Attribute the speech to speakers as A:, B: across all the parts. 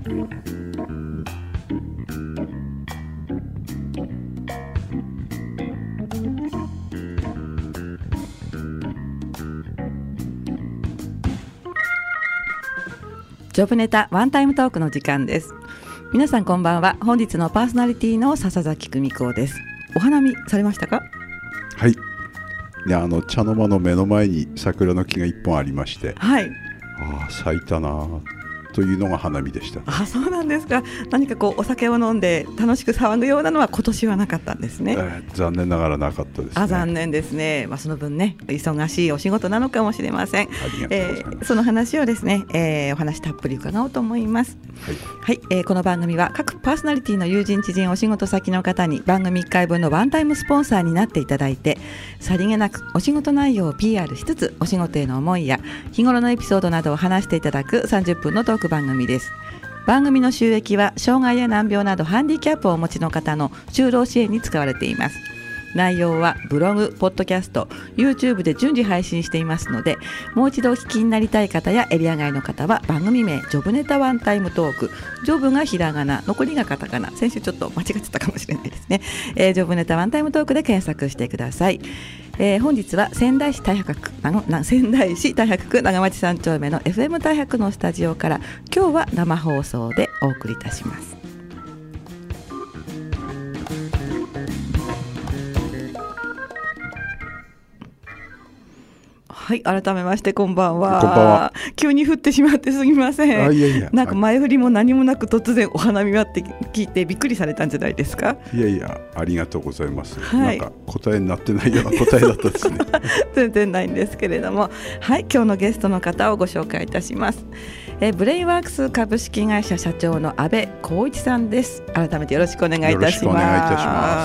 A: ジョブネタワンタイムトークの時間です。皆さんこんばんは。本日のパーソナリティの笹崎久美子です。お花見されましたか？
B: はい。茶の間の目の前に桜の木が1本ありまして、
A: はい、
B: 咲いたなというのが花見でした。
A: そうなんですか。何かお酒を飲んで楽しく騒ぐようなのは今年はなかったんですね。
B: 残念ながらなかったですね。
A: 残念ですね。その分ね、忙しいお仕事なのかもしれません。
B: ありがとうございます。
A: その話をですね、お話たっぷり伺おうと思います。はい、この番組は各パーソナリティの友人知人お仕事先の方に番組1回分のワンタイムスポンサーになっていただいて、さりげなくお仕事内容を PR しつつお仕事への思いや日頃のエピソードなどを話していただく30分のトーク番組です。番組の収益は障害や難病などハンディキャップをお持ちの方の就労支援に使われています。内容はブログ、ポッドキャスト、YouTube で順次配信していますので、もう一度お聞きになりたい方やエリア外の方は番組名ジョブネタワンタイムトーク、ジョブがひらがな、残りがカタカナ、先週ちょっと間違ってたかもしれないですね。ジョブネタワンタイムトークで検索してください。本日は仙台市太白区長町3丁目の FM 太白のスタジオから今日は生放送でお送りいたします。はい、改めましてこんばんは。
B: こんばんは。
A: 急に降ってしまってすみません。
B: いや
A: なんか前振りも何もなく突然お花見はって聞いてびっくりされたんじゃないですか？
B: いやありがとうございます、
A: はい、
B: なんか答えになってないような答えだったですね。
A: 全然ないんですけれども、はい、今日のゲストの方をご紹介いたします。ブレインワークス株式会社社長の阿部浩一さんです。改めてよろしくお願いいたします。
B: よろしくお願いいたします。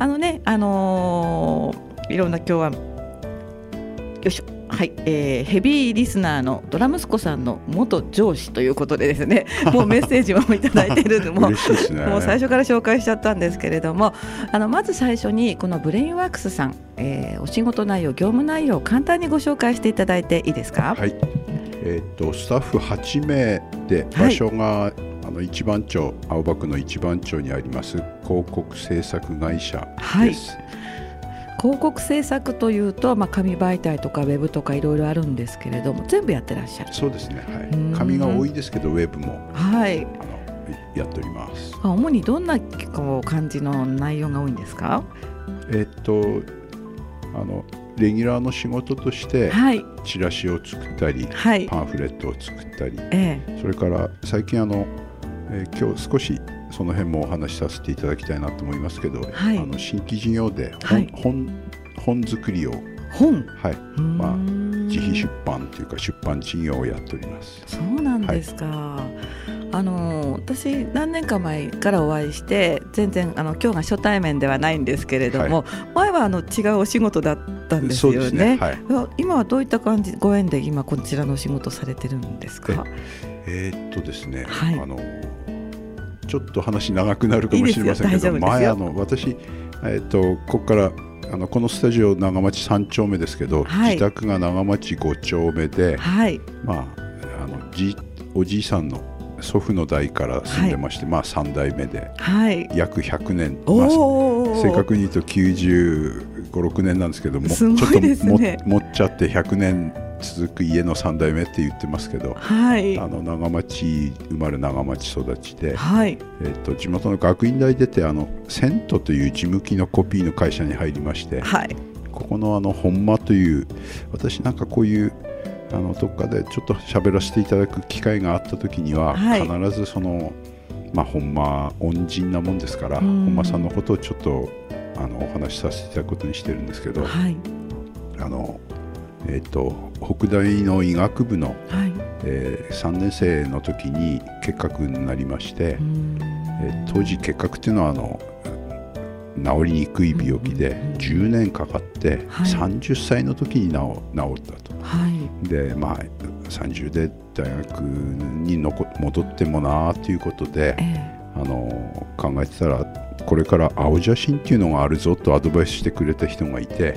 A: いろんな今日はよいしょ、はい、ヘビーリスナーのドラ息子さんの元上司ということでですね、もうメッセージもいただいているのも
B: 嬉しいですね。
A: もう最初から紹介しちゃったんですけれども、まず最初にこのブレインワークスさん、お仕事内容、業務内容を簡単にご紹介していただいていいですか？
B: はい、スタッフ8名で場所が、一番町、青葉区の一番町にあります広告制作会社です。
A: 広告制作というと、紙媒体とかウェブとかいろいろあるんですけれども、全部やってらっしゃる？
B: そうですね、はい、紙が多いですけどウェブも、
A: はい、
B: やっております。
A: 主にどんな感じの内容が多いんですか？
B: レギュラーの仕事として、
A: はい、
B: チラシを作ったり、
A: はい、
B: パンフレットを作ったり、それから最近今日少しその辺もお話しさせていただきたいなと思いますけど、はい、新規事業で本作りを、はい、自費出版というか出版事業をやっております。
A: そうなんですか。はい、私何年か前からお会いして、全然今日が初対面ではないんですけれども、はい、前は違うお仕事だったんですよね。そうですね、はい、今はどういった感じ、ご縁で今こちらのお仕事されてるんですか？
B: ですね、
A: はい、
B: ちょっと話長くなるかもしれませんけど、前私、ここからこのスタジオ長町3丁目ですけど、はい、自宅が長町5丁目で、はい、おじいさんの祖父の代から住んでまして、はい、3代目で、はい、約100年、正確に言うと95、6年なんですけども、
A: すごいですね、
B: ちょっと持っちゃって100年続く家の3代目って言ってますけど、はい、長町生まれ長町育ちで、はい、地元の学院大出てセントという事務機のコピーの会社に入りまして、はい、ここの本間という、私なんかこういうどっかでちょっと喋らせていただく機会があった時には、はい、必ず本間恩人なもんですから、本間さんのことをちょっとお話しさせていただくことにしてるんですけど、はい、北大の医学部の、はい、3年生の時に結核になりまして、当時結核っていうのは治りにくい病気で10年かかって30歳の時に治ったと、はい、で30で大学に戻ってもなということで、考えてたら、これから青写真っていうのがあるぞとアドバイスしてくれた人がいて、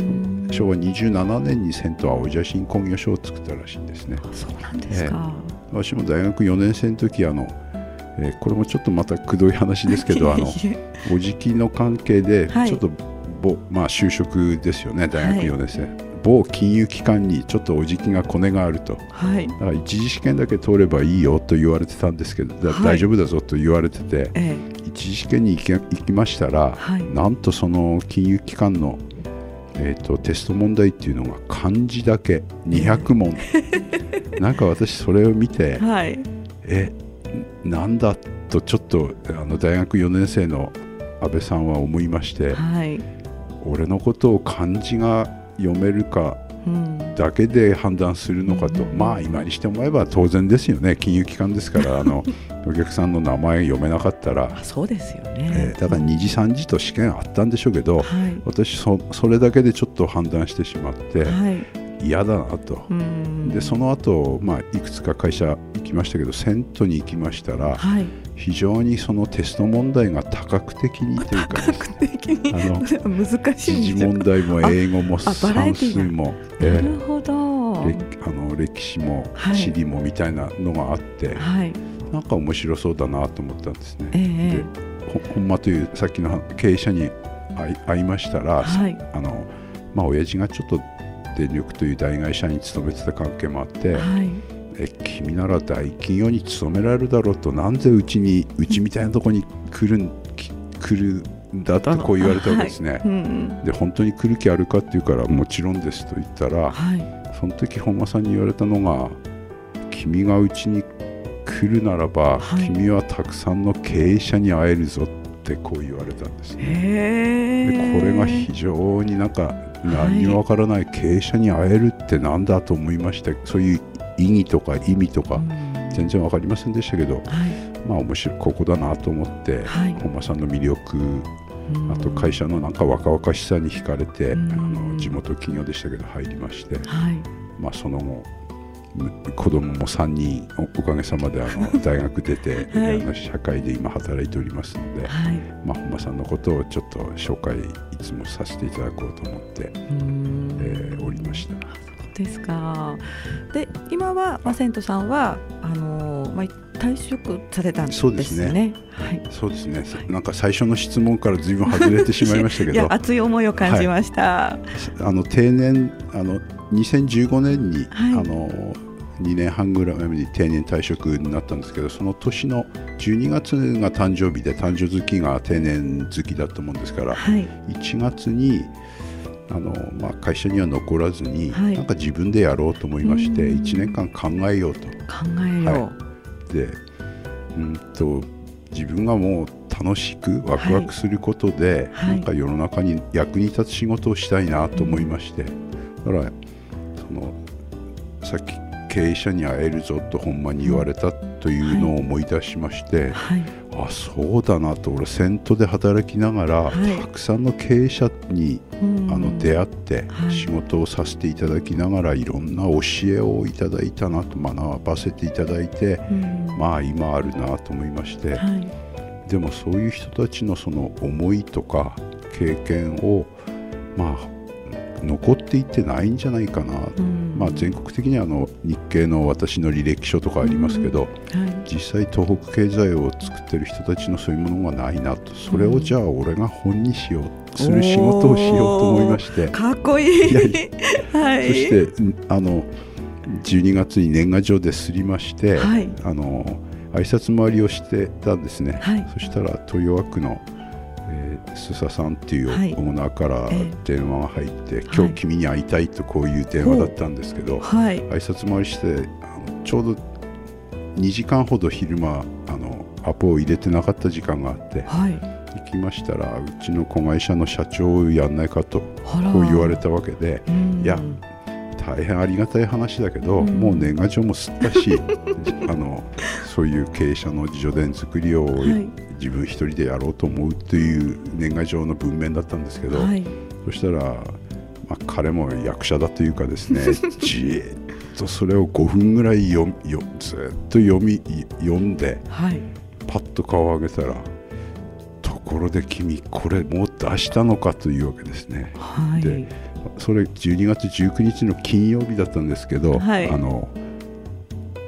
B: 昭和27年に銭湯青写真工業所を作ったらしいんですね。
A: そうなんですか。
B: 私も大学4年生の時これもちょっとまたくどい話ですけどおじきの関係でちょっと、就職ですよね、大学4年生、某金融機関にちょっとおじきがコネがあると、だから一次試験だけ通ればいいよと言われてたんですけど、大丈夫だぞと言われてて、一次試験に行きましたら、なんとその金融機関のテスト問題っていうのが漢字だけ200問なんか私それを見て、なんだとちょっと大学4年生の安倍さんは思いまして、俺のことを漢字が読めるかだけで判断するのかと、今にして思えば当然ですよね、金融機関ですからお客さんの名前読めなかったら
A: そうですよね、
B: だから2次3次と試験あったんでしょうけど、私それだけでちょっと判断してしまって、嫌だなと。でその後、いくつか会社行きましたけど、セントに行きましたら、非常にそのテスト問題が多角的にというか、
A: 難しい
B: 時事問題も英語も算数も、
A: なるほど、
B: 歴史も地理もみたいなのがあって、なんか面白そうだなと思ったんですね。で本間というさっきの経営者に会いましたら、親父がちょっと電力という大会社に勤めてた関係もあって、君なら大企業に勤められるだろうと、なんでうちみたいなところに来るんだとこう言われたわけですね。で本当に来る気あるかって言うから、もちろんですと言ったら、その時本間さんに言われたのが、君がうちに来るならば、君はたくさんの経営者に会えるぞってこう言われたんですね。でこれが非常になんか何にもわからない経営者に会えるってなんだと思いました。そういう意義とか意味とか全然わかりませんでしたけど、面白いここだなと思って、本間さんの魅力、あと会社のなんか若々しさに惹かれて、地元企業でしたけど入りまして、その後子供も3人 おかげさまで大学出て、社会で今働いておりますので、本間さんのことをちょっと紹介いつもさせていただこうと思って、おりました。
A: そうですか。で今はセントさんは退職されたんですね。
B: そうですね、そうですね。なんか最初の質問からずいぶん外れてしまいましたけどいや
A: 熱い思いを感じました。
B: 定年2015年に、2年半ぐらい前に定年退職になったんですけど、その年の12月が誕生日で、誕生月が定年月だったもんですから、1月に会社には残らずに、なんか自分でやろうと思いまして、1年間考えようと。で自分がもう楽しくワクワクすることで、なんか世の中に役に立つ仕事をしたいなと思いまして、だからさっき経営者に会えるぞと本間に言われたというのを思い出しまして、そうだなと。俺セントで働きながら、たくさんの経営者に出会って仕事をさせていただきながら、いろんな教えをいただいたなと、学ばせていただいて、今あるなと思いまして、でもそういう人たちのその思いとか経験を残っていってないんじゃないかな。全国的には日経の私の履歴書とかありますけど、実際東北経済を作ってる人たちのそういうものがないなと。それをじゃあ俺が本にしようする仕事をしようと思いまして、
A: かっこいいそ
B: して12月に年賀状ですりまして、挨拶回りをしてたんですね。そしたら豊和区の須佐さんっていうオーナーから電話が入って、今日君に会いたいとこういう電話だったんですけど、挨拶回りしてちょうど2時間ほど昼間アポを入れてなかった時間があって、行きましたら、うちの子会社の社長をやんないかとこう言われたわけで、いや大変ありがたい話だけど、もう年賀状も吸ったしそういう経営者の自助伝作りを自分一人でやろうと思うという年賀状の文面だったんですけど、そしたら、彼も役者だというかですねじーっとそれを5分ぐらいずっと読んで、パッと顔を上げたら、ところで君これもう出したのかというわけですね。でそれ12月19日の金曜日だったんですけど、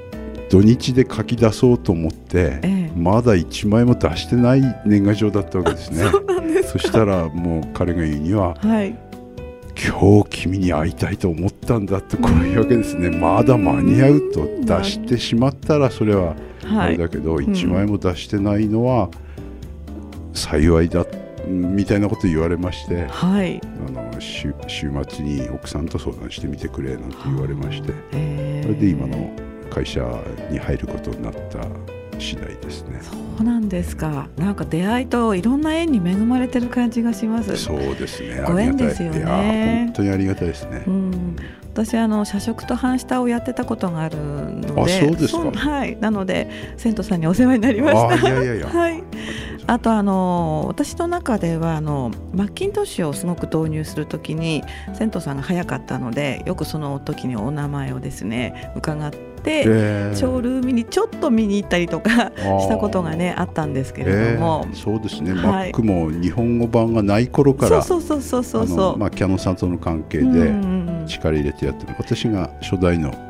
B: 土日で書き出そうと思って、まだ1枚も出してない年賀状だったわけですね。そしたらもう彼が言うには、今日君に会いたいと思ったんだってこういうわけですね。まだ間に合うと、出してしまったらそれはあれだけど、1枚も出してないのは幸いだみたいなこと言われまして、週末に奥さんと相談してみてくれなんて言われまして、それで今の会社に入ることになった次第ですね。
A: そうなんですか。なんか出会いといろんな縁に恵まれてる感じがします。
B: そうですね。
A: ご縁ですよね。
B: いや本当にありがたいですね。
A: 私社食と半下をやってたことがあるので、
B: そうですか。
A: なので銭湯さんにお世話になりました。
B: はい。
A: あと私の中ではマッキントッシュをすごく導入するときに銭湯さんが早かったので、よくその時にお名前をですね伺って、ショールームにちょっと見に行ったりとかしたことがねあったんですけれども、
B: そうですね。マックも日本語版がない頃からキャノンさんとの関係で力入れてやってる。私が初代の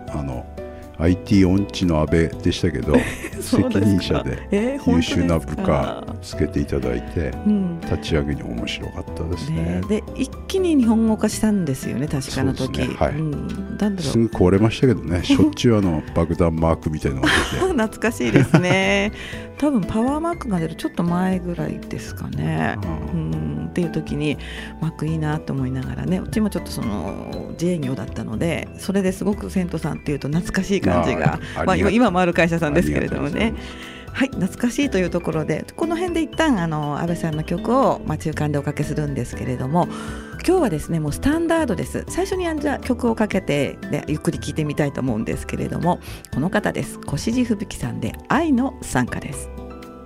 B: IT 音痴の安倍でしたけど責任者で優秀な部下つけていただいて、立ち上げに面白かったですね。
A: で一気に日本語化したんですよね、確かの時。
B: すぐ壊れましたけどね。しょっちゅう爆弾マークみたいなのが出て
A: 懐かしいですね。多分パワーマークが出るちょっと前ぐらいですかね。っていう時にマックいいなと思いながらね、うちもちょっと自営業だったので、それですごく銭湯さんっていうと懐かしい感じが、今もある会社さんですけれどもね。懐かしいというところで、この辺で一旦安倍さんの曲を中間でおかけするんですけれども、今日はですねもうスタンダードです。最初にじゃあ曲をかけてゆっくり聴いてみたいと思うんですけれども、この方です。越路吹雪さんで愛の賛歌です。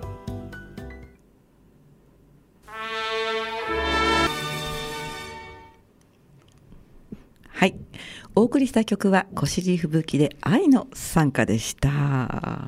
A: お送りした曲は越路吹雪で愛の賛歌でした。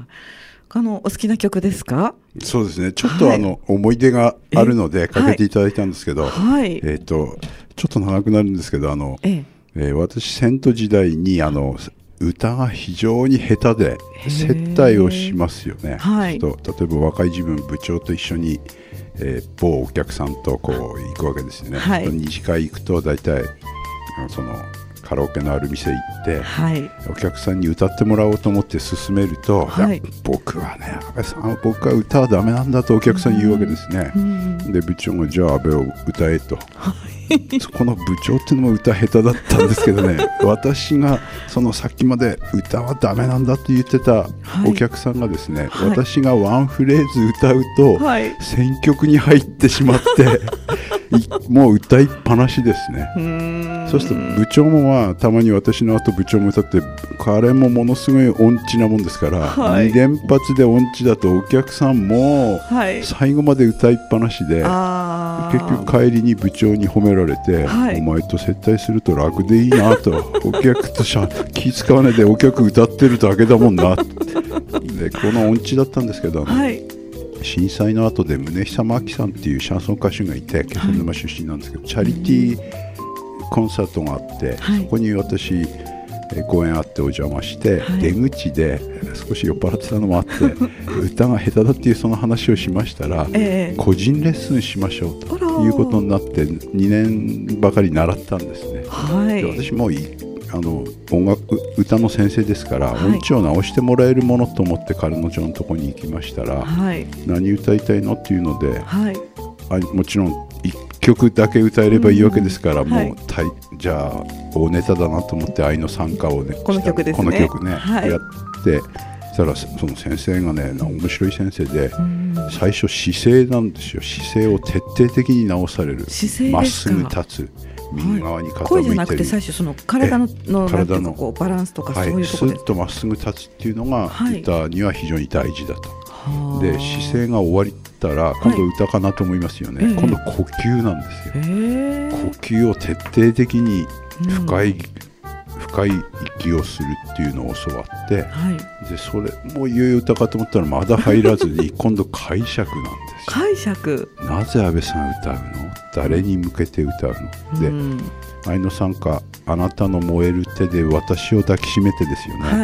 A: お好きな曲ですか？
B: そうですね。ちょっと思い出があるのでかけていただいたんですけど、ちょっと長くなるんですけど、私銭湯時代に歌が非常に下手で接待をしますよね。例えば若い自分部長と一緒に、某お客さんとこう行くわけですね。2次会行くと大体カラオケのある店行って、お客さんに歌ってもらおうと思って勧めると、僕はね、安倍さん、僕は歌はダメなんだとお客さん言うわけですね。で部長がじゃあ安倍を歌えと。そこの部長っていうのも歌下手だったんですけどね、私がさっきまで歌はダメなんだって言ってたお客さんがですね、私がワンフレーズ歌うと、選曲に入ってしまってもう歌いっぱなしですね。そうすると部長もたまに私の後部長も歌って、彼もものすごい音痴なもんですから、2連発で音痴だとお客さんも最後まで歌いっぱなしで、結局帰りに部長に褒められて、お前と接待すると楽でいいなと、お客と気使わないでお客歌ってるだけだもんなで、この音痴だったんですけど、震災の後で宗久真紀さんっていうシャンソン歌手がいて、気仙沼出身なんですけど、チャリティーコンサートがあって、そこに私公演あってお邪魔して、出口で少し酔っ払ってたのもあって歌が下手だっていうその話をしましたら、個人レッスンしましょうということになって2年ばかり習ったんですね。で私も音楽歌の先生ですから、音痴を直してもらえるものと思って彼女のところに行きましたら、何歌いたいのっていうので、もちろん1曲だけ歌えればいいわけですから、もうじゃあ大ネタだなと思って愛の賛歌をね、
A: この曲ですね、
B: やってそしたらその先生がね、面白い先生で、最初姿勢なんですよ。姿勢を徹底的に直される。まっすぐ立つ、右側に傾いてる、
A: 声じゃなくて最初体のこうバランスとかそういうところで、
B: スッとまっすぐ立つっていうのが歌には非常に大事だと。で姿勢が終わったら今度歌かなと思いますよね。今度呼吸なんですよ。呼吸を徹底的に深い息をするっていうのを教わって、でそれもいよいよ歌かと思ったらまだ入らずに今度解釈なんですよ。
A: 解釈。
B: なぜ安倍さん歌うの？誰に向けて歌うの？で愛の賛歌、あなたの燃える手で私を抱きしめてですよね。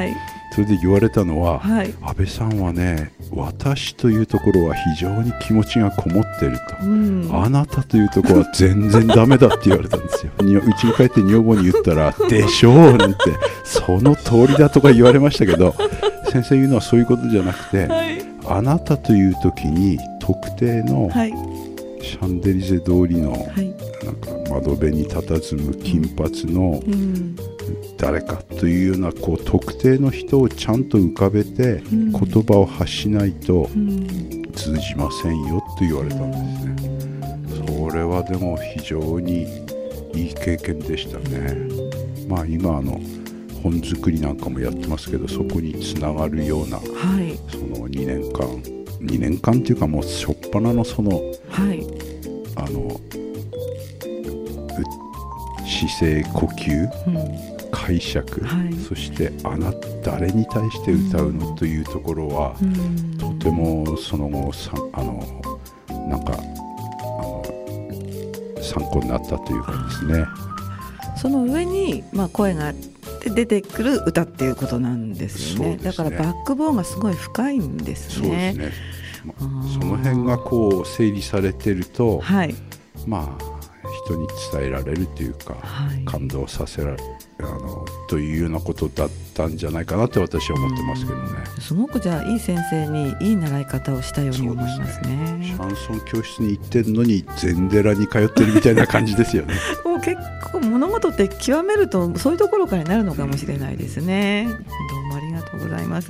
B: それで言われたのは、はい、安倍さんはね、私というところは非常に気持ちがこもってると、あなたというところは全然ダメだって言われたんですよ。うちに帰って女房に言ったらでしょうなんてその通りだとか言われましたけど、先生言うのはそういうことじゃなくて、はい、あなたという時に特定のシャンデリゼ通りの、はい、なんか窓辺に佇む金髪の誰かというようなこう特定の人をちゃんと浮かべて言葉を発しないと通じませんよと言われたんですね。それはでも非常にいい経験でしたね。まあ今本作りなんかもやってますけど、そこにつながるような、はい、その2年間っていうかもう初っ端のその、はい、姿勢呼吸、解釈、はい、そして誰に対して歌うのというところは、とてもその後なんか参考になったというかですね。
A: その上に、声があって出てくる歌っていうことなんですよね。だからバックボーンがすごい深いんですね。そうですね。
B: その辺がこう整理されてると、はい、人に伝えられるというか、はい、感動させられるというようなことだったんじゃないかなって私は思ってますけどね。
A: すごくじゃあいい先生にいい習い方をしたように思いますね。
B: シャンソン教室に行ってるのに禅寺に通ってるみたいな感じですよね。
A: もう結構物事って極めるとそういうところからになるのかもしれないですね。どうもありがとうございます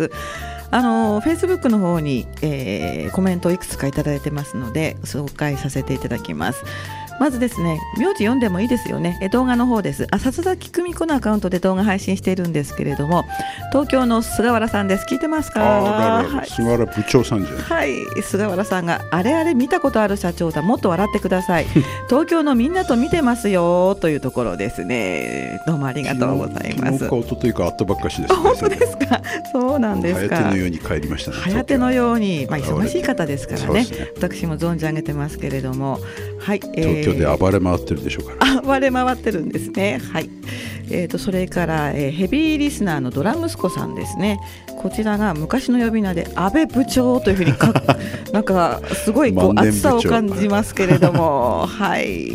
A: 。Facebook の方に、コメントをいくつかいただいてますので紹介させていただきます。まずですね、名字読んでもいいですよね。動画の方です。笹崎久美子のアカウントで動画配信しているんですけれども、東京の菅原さんです。聞いてますか？
B: はい、菅原部長さんじゃない。
A: はい、菅原さんがあれ見たことある社長だ、もっと笑ってください。東京のみんなと見てますよというところですね。どうもありがとうございます。
B: 昨日か一昨日かあったばっかしですね。
A: 本当ですか？そうなんですか。
B: 早手のように帰りましたね。
A: 早手のように、忙しい方ですからね。私も存じ上げてますけれども、はい、
B: 東京で暴れ回ってるでしょうから。
A: 暴れ回ってるんですね。はい。それから、ヘビーリスナーのドラ息子さんですね。こちらが昔の呼び名で安倍部長というふうになんかすごいこう熱さを感じますけれども、はい。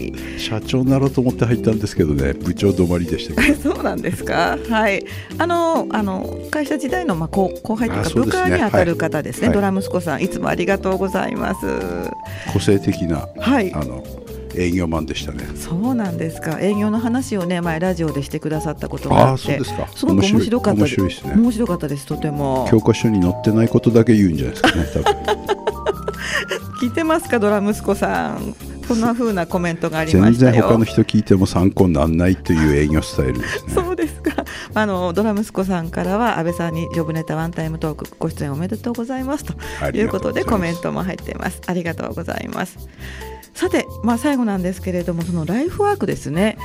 B: 社長になろうと思って入ったんですけどね、部長止まりでしたけど。
A: そうなんですか。はい。会社時代の後輩というか部下に当たる方ですね。はい、ドラ息子さん、いつもありがとうございます。
B: 個性的な、はい、営業マンでしたね。
A: そうなんですか。営業の話をね、前ラジオでしてくださったことがあって、
B: そうですか。
A: すごく面白かったです。
B: 面白いですね。
A: 面白かったです。とても
B: 教科書に載ってないことだけ言うんじゃないですかね。多分
A: 聞いてますか、ドラ息子さん。そんな風なコメントがありましたよ。
B: 全然他の人聞いても参考にならないという営業スタイルですね。
A: そうですか。ドラ息子さんからは安倍さんにジョブネタワンタイムトークご出演おめでとうございますということでコメントも入っています。ありがとうございます。さて、最後なんですけれども、そのライフワークですね。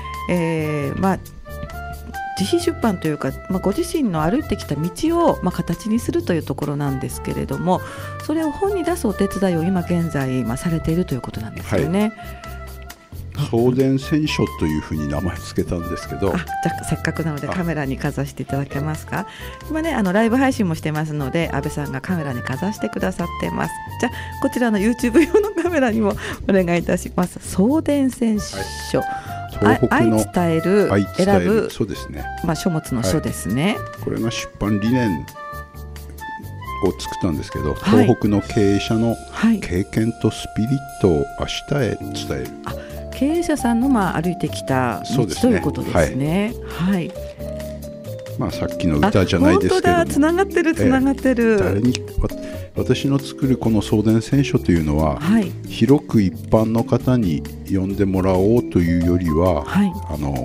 A: 自費出版というか、ご自身の歩いてきた道を、形にするというところなんですけれども、それを本に出すお手伝いを今現在、されているということなんですよね。
B: はい、送電選書というふうに名前つけたんですけど、
A: じゃあせっかくなのでカメラにかざしていただけますか。今ね、ライブ配信もしてますので、安倍さんがカメラにかざしてくださってます。じゃあこちらの YouTube 用のカメラにもお願いいたします。送電選書、はい、愛伝える選ぶ、
B: そうですね。
A: 書物の書ですね。
B: はい、これが出版理念を作ったんですけど、はい、東北の経営者の経験とスピリットを明日へ伝える。
A: 経営者さんの歩いてきた道ということですね。はい。
B: さっきの歌じゃないですけども、
A: 本当だ、つながってるつながってる。
B: 私の作るこの送電選書というのは、はい、広く一般の方に読んでもらおうというよりは、はい、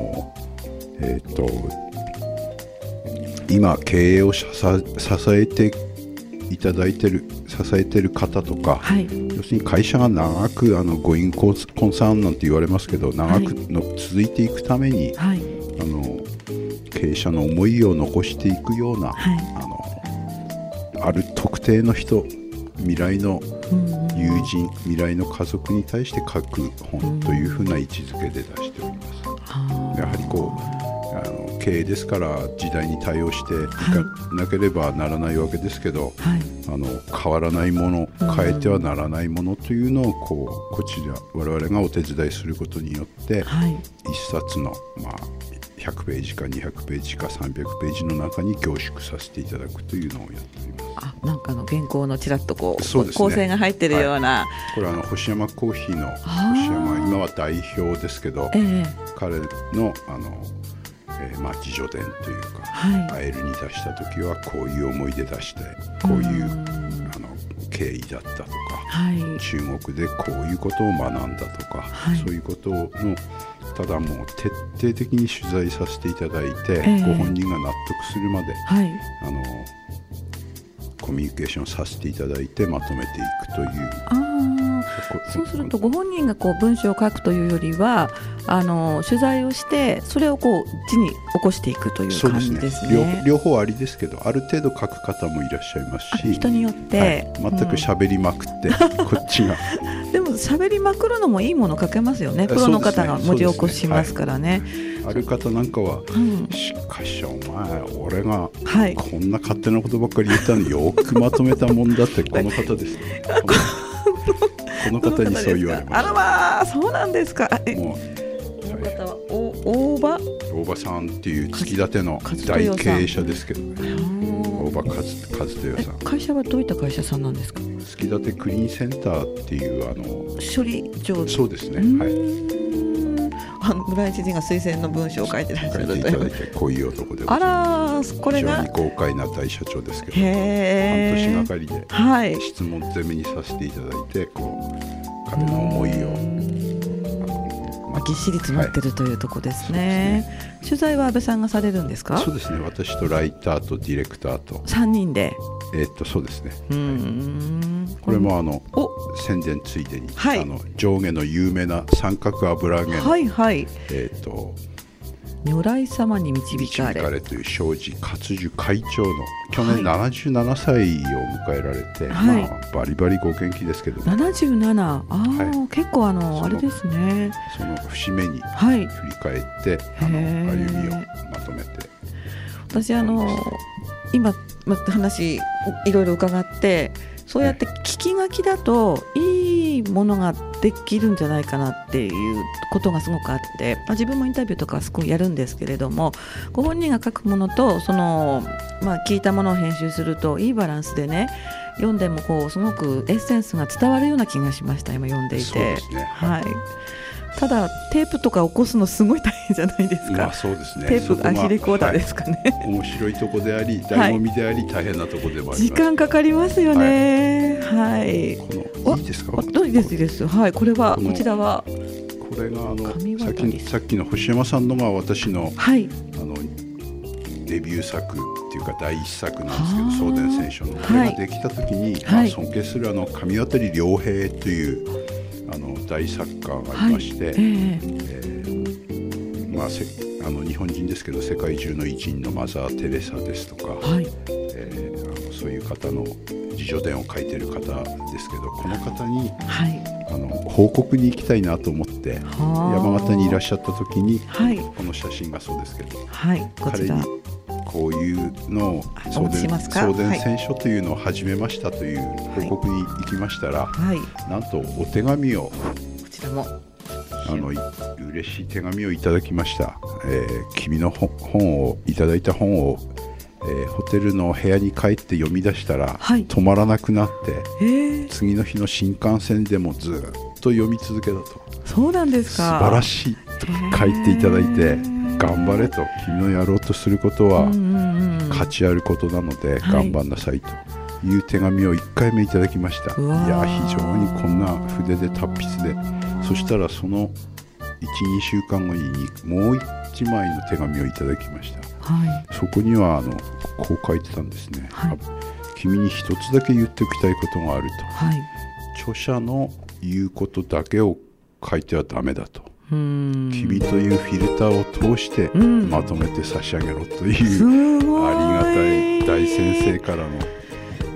B: 今経営を支えていただいてる支えてる方とか、はい、要するに会社が長くゴインコンサーンなんて言われますけど、長く続いていくために、はい、経営者の思いを残していくような、はい、ある特定の人、未来の友人、未来の家族に対して書く本というふうな位置づけで出しております。やはり経営ですから時代に対応していかなければならないわけですけど、変わらないもの、変えてはならないものというのをこちら我々がお手伝いすることによって、一冊の、100ページか200ページか300ページの中に凝縮させていただくというのをやっています。
A: なんか原稿のちらっと構成が入ってるような、
B: これは星山コーヒーの星山、今は代表ですけど、彼の自叙伝というか、アエルに出した時はこういう思いで出して、こういう経緯だったとか、中国でこういうことを学んだとか、そういうことのただもう徹底的に取材させていただいて、ご本人が納得するまで、コミュニケーションさせていただいてまとめていくという。
A: そうするとご本人が文章を書くというよりは取材をしてそれを字に起こしていくという感じですね。
B: 両方ありですけど、ある程度書く方もいらっしゃいますし、
A: 人によって、
B: 全く喋りまくって、こっちが
A: でも喋りまくるのもいいもの書けますよね。プロの方が文字起こしますからね。
B: ある方なんかは、しかしお前俺がこんな勝手なことばっかり言ったのによくまとめたもんだってこの方ですね。この方にそう言われました。
A: あらまあ、そうなんですか。もうこの方は
B: 大場さんっていう突き立ての大経営者ですけどね。大場和豊さん。
A: 会社はどういった会社さんなんですか。
B: 突き立てクリーンセンターっていう
A: 処理場。
B: そうですね。
A: 村井知事が推薦の文章を書いてらっしゃるという。
B: 書いていただいて、こういう男で
A: あら、これが
B: 非常に豪快な大社長ですけど、半年がかりで質問攻めにさせていただいて、彼の思いを
A: ぎっしり詰まってるというところですね。取材は安倍さんがされるんですか。
B: そうですね。私とライターとディレクターと
A: 3人で。
B: そうですね。これも宣伝ついでに、上下の有名な三角油揚げの、
A: 如来様に導かれ
B: という庄司勝寿会長の去年77歳を迎えられて、バリバリご元気ですけど、
A: 77、結構あれですね。
B: その節目に振り返って歩みをまとめて。
A: 私今話いろいろ伺って、そうやって聞き書きだといいものができるんじゃないかなっていうことがすごくあって、自分もインタビューとかすごいやるんですけれども、ご本人が書くものと聞いたものを編集するといいバランスでね、読んでもすごくエッセンスが伝わるような気がしました。今読んでいて。
B: そうですね。
A: ただテープとか起こすのすごい大変じゃないですか。
B: そうですね。
A: テープアヒレコーダーですかね。
B: 面白いとこであり、醍醐味であり、大変なとこでもあります。
A: 時間かかりますよね。
B: いいですか。
A: いいです。これはこちらは
B: これがさっきの星山さんのが私のデビュー作っていうか第一作なんですけど、送電選書のこれができた時に尊敬する上渡良平という大作家がいまして、日本人ですけど世界中の偉人のマザー・テレサですとか、そういう方の自叙伝を書いている方ですけど、この方に、報告に行きたいなと思って山形にいらっしゃった時に、この写真がそうですけど、彼にこういうのを送電選書というのを始めましたという報告に行きましたら、なんとお手紙を、こ
A: ちらも
B: 嬉しい手紙をいただきました。君の本をいただいた本を、ホテルの部屋に帰って読み出したら、止まらなくなって、次の日の新幹線でもずっと読み続けたと。
A: そうなんですか。
B: 素晴らしいと書いていただいて、頑張れと、君のやろうとすることは価値あることなので頑張んなさいという手紙を1回目いただきました。いや、非常にこんな筆で達筆で、そしたらその 1,2 週間後にもう1枚の手紙をいただきました。そこにはこう書いてたんですね。君に一つだけ言っておきたいことがあると、著者の言うことだけを書いてはダメだと、君というフィルターを通してまとめて差し上げろという、ありがたい大先生からの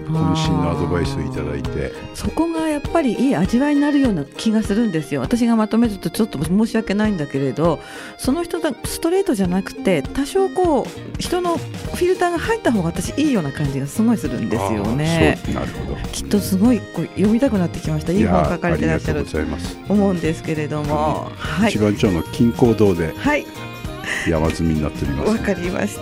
B: 渾身のアドバイスをいただいて、
A: そこがやっぱりいい味わいになるような気がするんですよ。私がまとめるとちょっと申し訳ないんだけれど、その人がストレートじゃなくて多少こう人のフィルターが入った方が私いいような感じがすごいするんですよね。
B: なるほど。
A: きっとすごいこう読みたくなってきました。いい本書かれてらっしゃると思うんですけれども、
B: 一番町の金光堂で山積みになっております。
A: わかりました。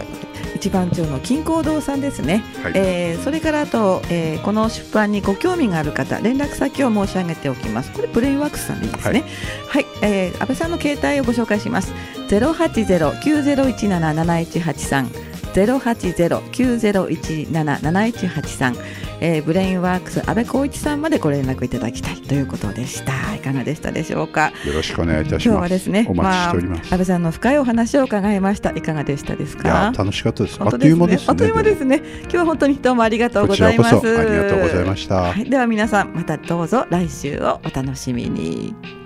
A: 一番町の金光堂さんですね。それからあと、この出版にご興味がある方、連絡先を申し上げておきます。これブレインワークスさんでいいですね。はい、安倍さんの携帯をご紹介します。080-9017-7183 080-9017-7183、ブレインワークス安倍光一さんまでご連絡いただきたいということでした。いかがでしたでしょうか。
B: よろしくお願いいたします。
A: 今日はですね、
B: お待ちしております。
A: 安倍さんの深いお話を伺いました。いかがでしたですか。
B: いや楽しかったです。あっという間ですね。
A: あっという間ですね。今日は本当にどうもありがとうございます。
B: こちらこそありがとうございました。
A: では皆さんまたどうぞ来週をお楽しみに。